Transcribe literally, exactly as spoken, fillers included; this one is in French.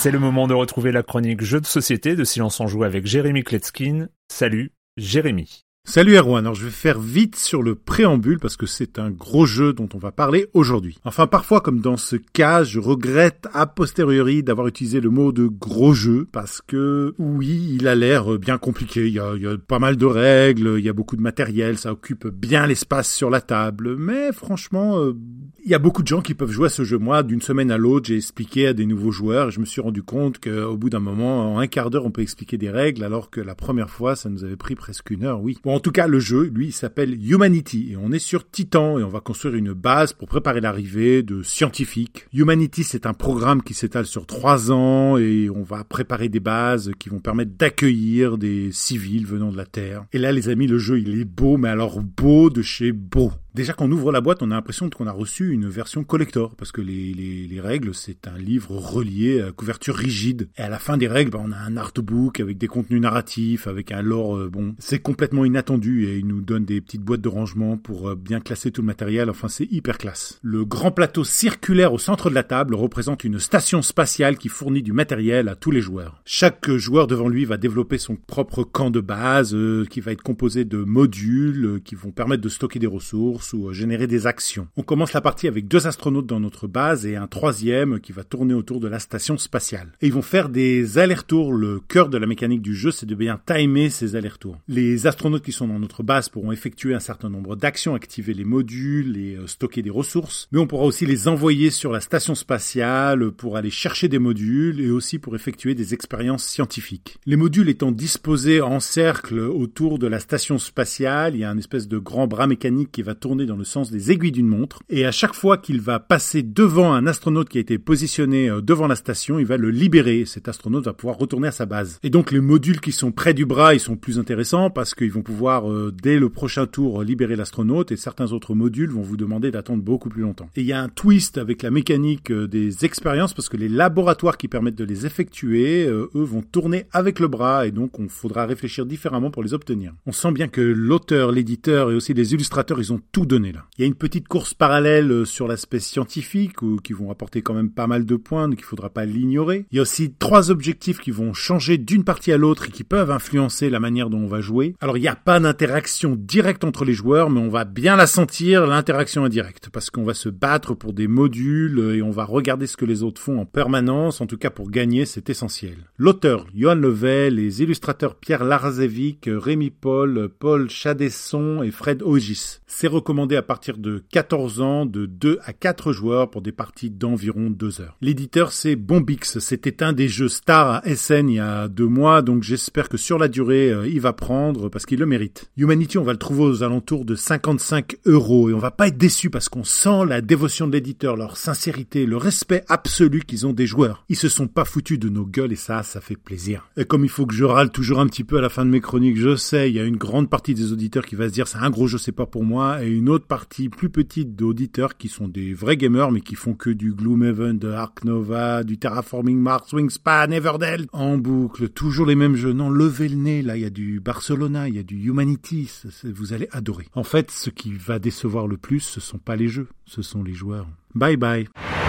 C'est le moment de retrouver la chronique Jeux de société de Silence on Joue avec Jérémy Kletzkin. Salut, Jérémy. Salut Erwan, alors je vais faire vite sur le préambule parce que c'est un gros jeu dont on va parler aujourd'hui. Enfin parfois comme dans ce cas, je regrette a posteriori d'avoir utilisé le mot de gros jeu parce que oui, il a l'air bien compliqué, il y a, il y a pas mal de règles, il y a beaucoup de matériel, ça occupe bien l'espace sur la table, mais franchement, euh, il y a beaucoup de gens qui peuvent jouer à ce jeu. Moi, d'une semaine à l'autre, j'ai expliqué à des nouveaux joueurs et je me suis rendu compte qu'au bout d'un moment, en un quart d'heure, on peut expliquer des règles alors que la première fois, ça nous avait pris presque une heure, oui. Bon, en tout cas, le jeu, lui, il s'appelle Humanity et on est sur Titan et on va construire une base pour préparer l'arrivée de scientifiques. Humanity, c'est un programme qui s'étale sur trois ans et on va préparer des bases qui vont permettre d'accueillir des civils venant de la Terre. Et là, les amis, le jeu, il est beau, mais alors beau de chez beau. Déjà, quand on ouvre la boîte, on a l'impression qu'on a reçu une version collector, parce que les, les, les règles, c'est un livre relié à couverture rigide. Et à la fin des règles, bah, on a un artbook avec des contenus narratifs, avec un lore, euh, bon, c'est complètement inattendu, et il nous donne des petites boîtes de rangement pour euh, bien classer tout le matériel, enfin, c'est hyper classe. Le grand plateau circulaire au centre de la table représente une station spatiale qui fournit du matériel à tous les joueurs. Chaque joueur devant lui va développer son propre camp de base, euh, qui va être composé de modules, euh, qui vont permettre de stocker des ressources, ou générer des actions. On commence la partie avec deux astronautes dans notre base et un troisième qui va tourner autour de la station spatiale. Et ils vont faire des allers-retours. Le cœur de la mécanique du jeu, c'est de bien timer ces allers-retours. Les astronautes qui sont dans notre base pourront effectuer un certain nombre d'actions, activer les modules et euh, stocker des ressources. Mais on pourra aussi les envoyer sur la station spatiale pour aller chercher des modules et aussi pour effectuer des expériences scientifiques. Les modules étant disposés en cercle autour de la station spatiale, il y a un espèce de grand bras mécanique qui va tourner dans le sens des aiguilles d'une montre, et à chaque fois qu'il va passer devant un astronaute qui a été positionné devant la station, il va le libérer. Cet astronaute va pouvoir retourner à sa base. Et donc les modules qui sont près du bras, ils sont plus intéressants parce qu'ils vont pouvoir, euh, dès le prochain tour, libérer l'astronaute, et certains autres modules vont vous demander d'attendre beaucoup plus longtemps. Et il y a un twist avec la mécanique des expériences parce que les laboratoires qui permettent de les effectuer, euh, eux, vont tourner avec le bras, et donc on faudra réfléchir différemment pour les obtenir. On sent bien que l'auteur, l'éditeur et aussi les illustrateurs, ils ont tout donné là. Il y a une petite course parallèle sur l'aspect scientifique où, qui vont apporter quand même pas mal de points, donc il faudra pas l'ignorer. Il y a aussi trois objectifs qui vont changer d'une partie à l'autre et qui peuvent influencer la manière dont on va jouer. Alors il n'y a pas d'interaction directe entre les joueurs, mais on va bien la sentir, l'interaction indirecte, parce qu'on va se battre pour des modules et on va regarder ce que les autres font en permanence. En tout cas pour gagner, c'est essentiel. L'auteur, Johan Level, les illustrateurs Pierre Larzevic, Rémi Paul, Paul Chadesson et Fred Ogis. C'est recommandé à partir de quatorze ans, de deux à quatre joueurs pour des parties d'environ deux heures. L'éditeur, c'est Bombix. C'était un des jeux stars à S N il y a deux mois, donc j'espère que sur la durée, euh, il va prendre parce qu'il le mérite. Humanity, on va le trouver aux alentours de cinquante-cinq euros et on va pas être déçu parce qu'on sent la dévotion de l'éditeur, leur sincérité, le respect absolu qu'ils ont des joueurs. Ils se sont pas foutus de nos gueules et ça, ça fait plaisir. Et comme il faut que je râle toujours un petit peu à la fin de mes chroniques, je sais, il y a une grande partie des auditeurs qui va se dire c'est un gros jeu, c'est pas pour moi, et une autre partie plus petite d'auditeurs qui sont des vrais gamers mais qui font que du Gloomhaven, de Ark Nova, du Terraforming Mars, Wingspan, Everdell, en boucle, toujours les mêmes jeux. Non, levez le nez, là, il y a du Barcelona, il y a du Humanity, ça, ça, vous allez adorer. En fait, ce qui va décevoir le plus, ce sont pas les jeux, ce sont les joueurs. Bye bye.